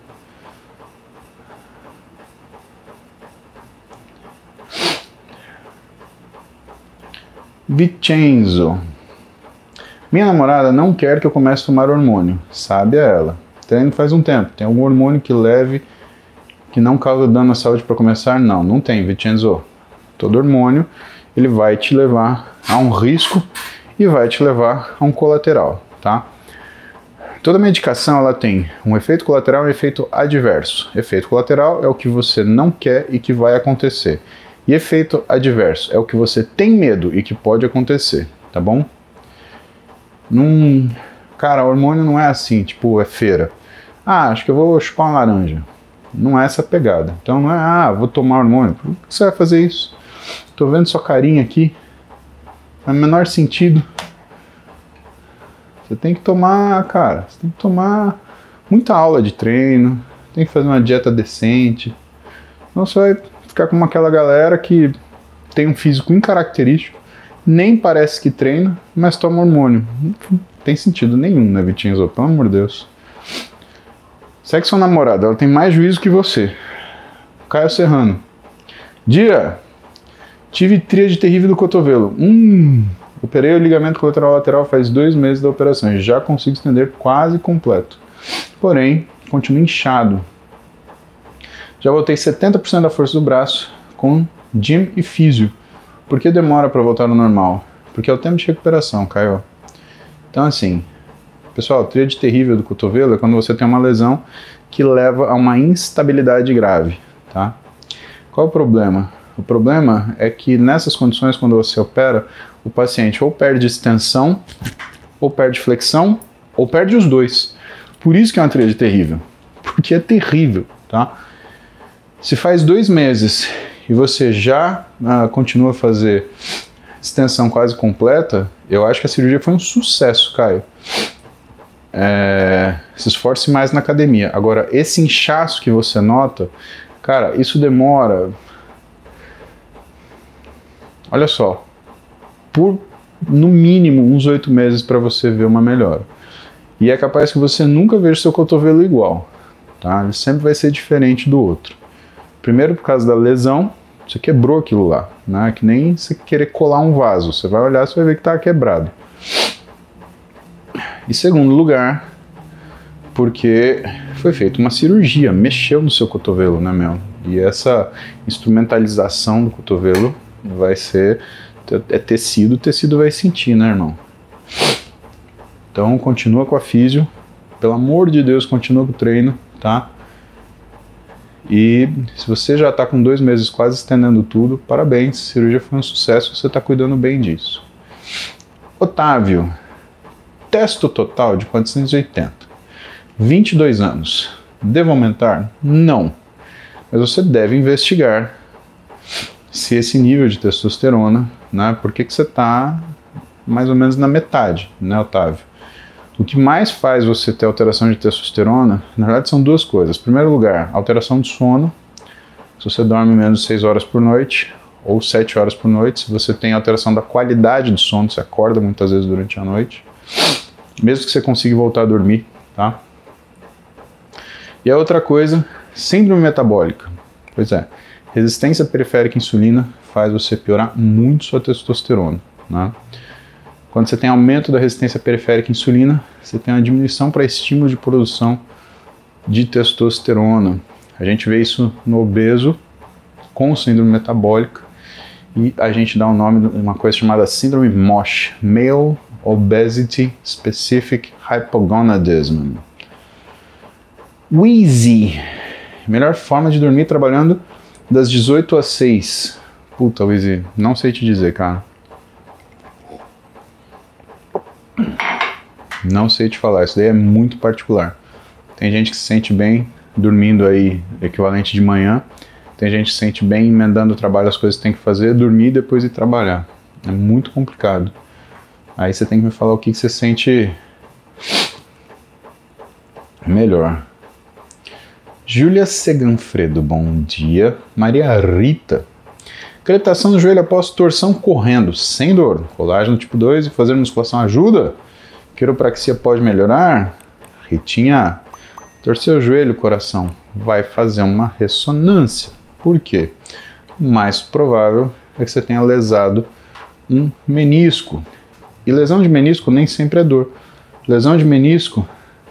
Vincenzo. Minha namorada não quer que eu comece a tomar hormônio. Sabe ela. Treino faz um tempo. Tem algum hormônio que não causa dano à saúde para começar? Não, não tem, Vincenzo. Todo hormônio, ele vai te levar a um risco e vai te levar a um colateral, tá? Toda medicação, ela tem um efeito colateral e um efeito adverso. Efeito colateral é o que você não quer e que vai acontecer. E efeito adverso é o que você tem medo e que pode acontecer, tá bom? Não, cara, hormônio não é assim, tipo, é feira. Ah, acho que eu vou chupar uma laranja. Não é essa pegada. Então não é, vou tomar hormônio. Por que você vai fazer isso? Tô vendo sua carinha aqui. Não é o menor sentido. Você tem que tomar, cara, você tem que tomar muita aula de treino, tem que fazer uma dieta decente. Senão você vai ficar como aquela galera que tem um físico incaracterístico, nem parece que treina, mas toma hormônio. Não tem sentido nenhum, né, Vitinho? Pelo amor de Deus. Segue sua namorada, ela tem mais juízo que você. Caio Serrano. Dia, tive tríade terrível do cotovelo. Operei o ligamento colateral lateral faz 2 meses da operação e já consigo estender quase completo. Porém, continuo inchado. Já voltei 70% da força do braço com gym e físio. Por que demora para voltar ao normal? Porque é o tempo de recuperação, Caio. Então assim, pessoal, tríade terrível do cotovelo é quando você tem uma lesão que leva a uma instabilidade grave, tá? Qual é o problema? O problema é que nessas condições, quando você opera, o paciente ou perde extensão, ou perde flexão, ou perde os dois. Por isso que é uma tríade terrível. Porque é terrível, tá? Se faz 2 meses e você já continua a fazer extensão quase completa, eu acho que a cirurgia foi um sucesso, Caio. Se esforce mais na academia. Agora, esse inchaço que você nota, cara, isso demora... Olha só, por no mínimo uns 8 meses para você ver uma melhora. E é capaz que você nunca veja seu cotovelo igual, tá? Ele sempre vai ser diferente do outro. Primeiro por causa da lesão, você quebrou aquilo lá, né? Que nem você querer colar um vaso, você vai olhar, você vai ver que está quebrado. E segundo lugar, porque foi feita uma cirurgia, mexeu no seu cotovelo, né, meu? E essa instrumentalização do cotovelo vai ser, é tecido, o tecido vai sentir, né, irmão? Então continua com a físio, pelo amor de Deus, continua com o treino, tá? E se você já está com 2 meses quase estendendo tudo, parabéns, a cirurgia foi um sucesso, você está cuidando bem disso. Otávio, testo total de 480, 22 anos, devo aumentar? Não, mas você deve investigar se esse nível de testosterona, né, por que você está mais ou menos na metade, né, Otávio? O que mais faz você ter alteração de testosterona, na verdade, são 2 coisas. Em primeiro lugar, alteração de sono. Se você dorme menos de 6 horas por noite, ou 7 horas por noite, se você tem alteração da qualidade do sono, você acorda muitas vezes durante a noite, mesmo que você consiga voltar a dormir, tá? E a outra coisa, síndrome metabólica. Pois é, resistência periférica à insulina faz você piorar muito sua testosterona, né? Quando você tem aumento da resistência periférica à insulina, você tem uma diminuição para estímulo de produção de testosterona. A gente vê isso no obeso com síndrome metabólica e a gente dá um nome de uma coisa chamada síndrome MOSH, Male Obesity Specific Hypogonadism. Wheezy, melhor forma de dormir trabalhando das 18 às 6. Puta, Wheezy, não sei te dizer, cara. Não sei te falar, isso daí é muito particular. Tem gente que se sente bem dormindo aí, equivalente de manhã. Tem gente que se sente bem emendando o trabalho, as coisas que tem que fazer, dormir e depois ir trabalhar. É muito complicado. Aí você tem que me falar o que você sente melhor. Júlia Seganfredo, bom dia. Maria Rita. Cretação do joelho após torção correndo, sem dor. Colágeno tipo 2 e fazer musculação ajuda? Quiropraxia pode melhorar? Ritinha, torceu o joelho, coração, vai fazer uma ressonância. Por quê? O mais provável é que você tenha lesado um menisco. E lesão de menisco nem sempre é dor. Lesão de menisco,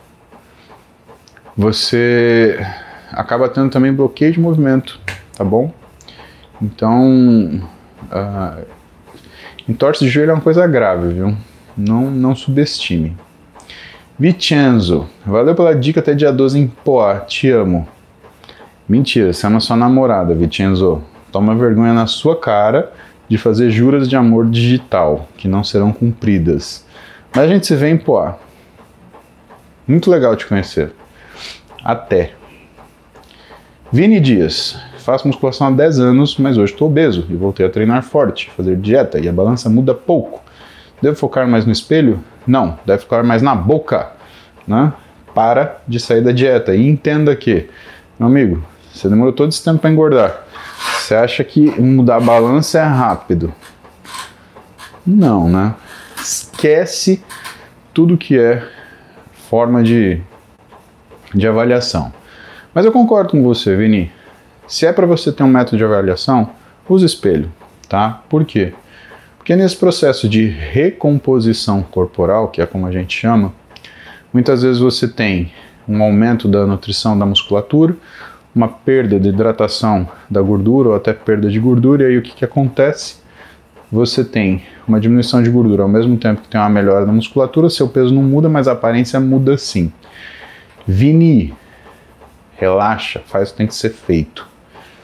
você acaba tendo também bloqueio de movimento, tá bom? Então, entorse de joelho é uma coisa grave, viu? Não subestime. Vicenzo, valeu pela dica até dia 12 em Poá, te amo. Mentira, você ama sua namorada, Vicenzo. Toma vergonha na sua cara de fazer juras de amor digital, que não serão cumpridas. Mas a gente se vê em Poá. Muito legal te conhecer. Até. Vini Dias. Faço musculação há 10 anos, mas hoje estou obeso e voltei a treinar forte, fazer dieta e a balança muda pouco. Devo focar mais no espelho? Não, deve focar mais na boca, né? Para de sair da dieta e entenda que, meu amigo, você demorou todo esse tempo para engordar. Você acha que mudar a balança é rápido? Não, né? Esquece tudo que é forma de avaliação. Mas eu concordo com você, Vini. Se é para você ter um método de avaliação, use espelho, tá? Por quê? Porque nesse processo de recomposição corporal, que é como a gente chama, muitas vezes você tem um aumento da nutrição da musculatura, uma perda de hidratação da gordura ou até perda de gordura, e aí o que acontece? Você tem uma diminuição de gordura ao mesmo tempo que tem uma melhora da musculatura, seu peso não muda, mas a aparência muda sim. Vini, relaxa, faz o que tem que ser feito.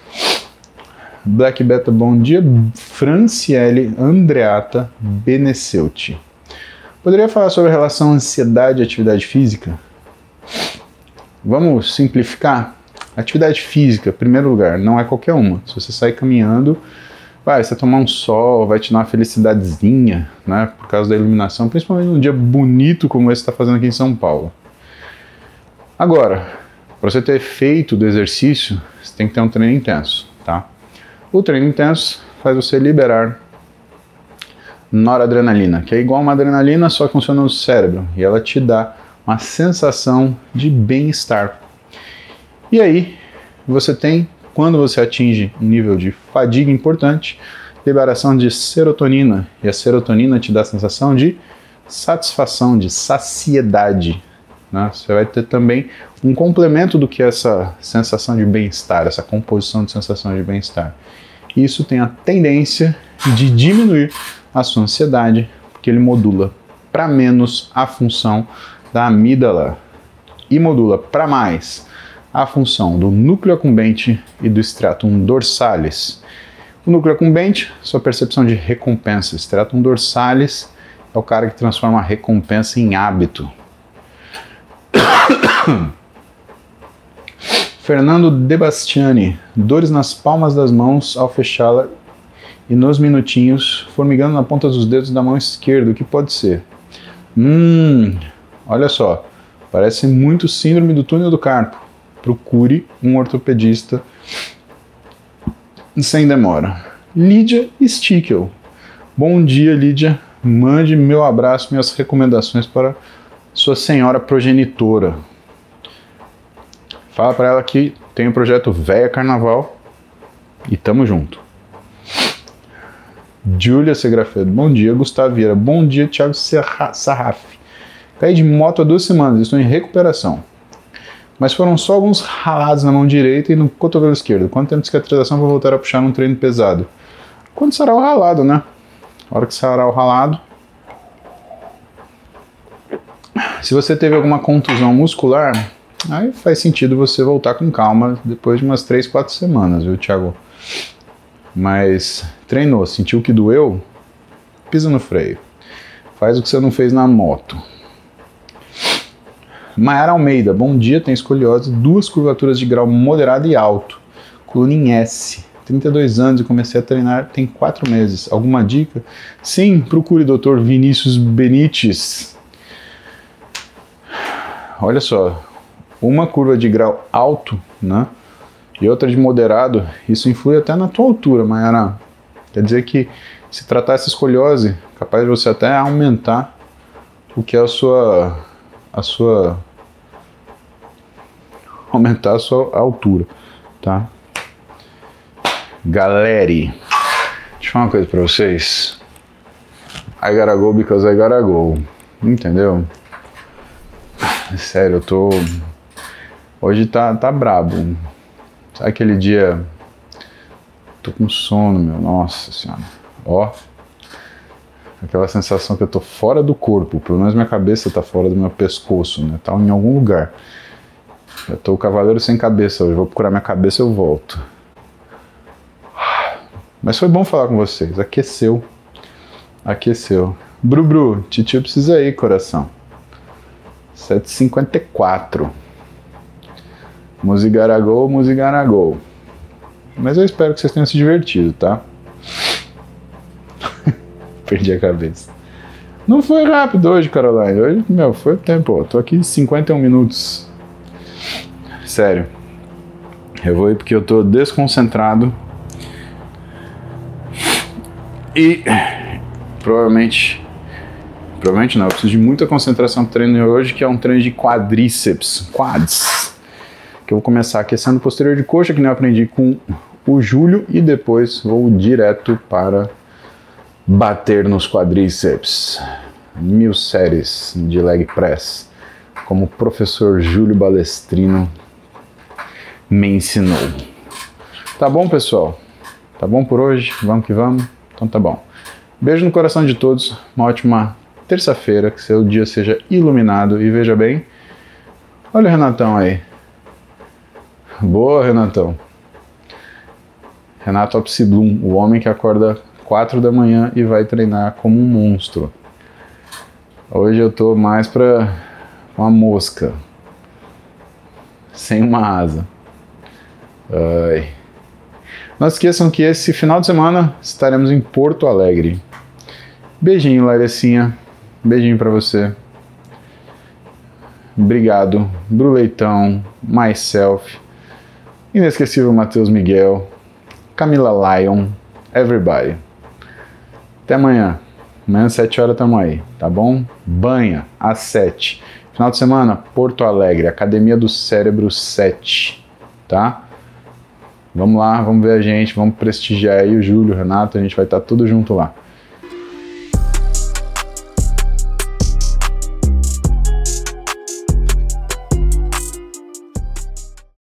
Black Beta, bom dia. Franciele Andreata Beneceuti. Poderia falar sobre a relação ansiedade e atividade física? Vamos simplificar? Atividade física, em primeiro lugar, não é qualquer uma. Se você sair caminhando, você tomar um sol, vai te dar uma felicidadezinha, né, por causa da iluminação, principalmente num dia bonito como esse que está fazendo aqui em São Paulo. Agora, para você ter efeito do exercício, você tem que ter um treino intenso, tá? O treino intenso faz você liberar noradrenalina, que é igual uma adrenalina, só que funciona no cérebro, e ela te dá uma sensação de bem-estar. E aí, você tem, quando você atinge um nível de fadiga importante, liberação de serotonina, e a serotonina te dá a sensação de satisfação, de saciedade, né? Você vai ter também um complemento do que é essa sensação de bem-estar, essa composição de sensação de bem-estar. Isso tem a tendência de diminuir a sua ansiedade, porque ele modula para menos a função da amígdala e modula para mais a função do núcleo accumbente e do striatum dorsalis. O núcleo accumbente, sua percepção de recompensa. Striatum dorsalis é o cara que transforma a recompensa em hábito. Fernando Debastiani, dores nas palmas das mãos ao fechá-la e nos minutinhos, formigando na ponta dos dedos da mão esquerda, o que pode ser? Olha só, parece muito síndrome do túnel do carpo. Procure um ortopedista sem demora. Lídia Stickel, bom dia Lídia, mande meu abraço, minhas recomendações para sua senhora progenitora. Fala para ela que tem o projeto Véia Carnaval e tamo junto. Júlia Segrafedo, bom dia. Gustavo Vieira, bom dia. Thiago Sarraf, caí de moto há 2 semanas, estou em recuperação. Mas foram só alguns ralados na mão direita e no cotovelo esquerdo. Quanto tempo de cicatrização para voltar a puxar num treino pesado? Quando sarar o ralado, né? A hora que sarar o ralado. Se você teve alguma contusão muscular, aí faz sentido você voltar com calma depois de umas 3, 4 semanas, viu, Thiago? Mas treinou, sentiu que doeu? Pisa no freio. Faz o que você não fez na moto. Mayara Almeida, bom dia, tem escoliose, 2 curvaturas de grau moderado e alto, coluna em S, 32 anos e comecei a treinar tem 4 meses. Alguma dica? Sim, procure o Dr. Vinícius Benites. Olha só, uma curva de grau alto, né, e outra de moderado, isso influi até na tua altura, Mayara. Quer dizer que se tratar essa escoliose, capaz de você até aumentar o que é aumentar a sua altura, tá? Galera, deixa eu falar uma coisa pra vocês. I gotta go because I gotta go. Entendeu? Sério, hoje tá brabo. Sabe aquele dia... Tô com sono, meu. Nossa senhora. Ó. Aquela sensação que eu tô fora do corpo. Pelo menos minha cabeça tá fora do meu pescoço, né? Tá em algum lugar. Eu tô o cavaleiro sem cabeça hoje. Vou procurar minha cabeça e eu volto. Mas foi bom falar com vocês. Aqueceu. Bru, titio precisa ir, coração. 7h54. Musigaragol. Mas eu espero que vocês tenham se divertido, tá? Perdi a cabeça. Não foi rápido hoje, Caroline. Hoje, foi o tempo. Eu tô aqui 51 minutos. Sério. Eu vou ir porque eu tô desconcentrado. E provavelmente não, eu preciso de muita concentração pro treino de hoje, que é um treino de quadríceps, quads, que eu vou começar aquecendo o posterior de coxa, que nem eu aprendi com o Júlio, e depois vou direto para bater nos quadríceps, 1000 séries de leg press, como o professor Júlio Balestrino me ensinou. Tá bom, pessoal? Tá bom por hoje? Vamos que vamos? Então tá bom. Beijo no coração de todos, uma ótima terça-feira, que seu dia seja iluminado e veja bem. Olha o Renatão aí. Boa, Renatão. Renato Opsiblum, o homem que acorda 4 da manhã e vai treinar como um monstro. Hoje eu tô mais pra uma mosca. Sem uma asa. Ai. Não esqueçam que esse final de semana estaremos em Porto Alegre. Beijinho, Larecinha. Beijinho pra você. Obrigado, Bru Leitão, Myself, inesquecível Matheus Miguel, Camila Lion, everybody. Até amanhã. Amanhã às 7 horas tamo aí, tá bom? Banha, às 7. Final de semana, Porto Alegre, Academia do Cérebro 7, tá? Vamos lá, vamos ver a gente, vamos prestigiar aí o Júlio, o Renato, a gente vai estar tudo junto lá.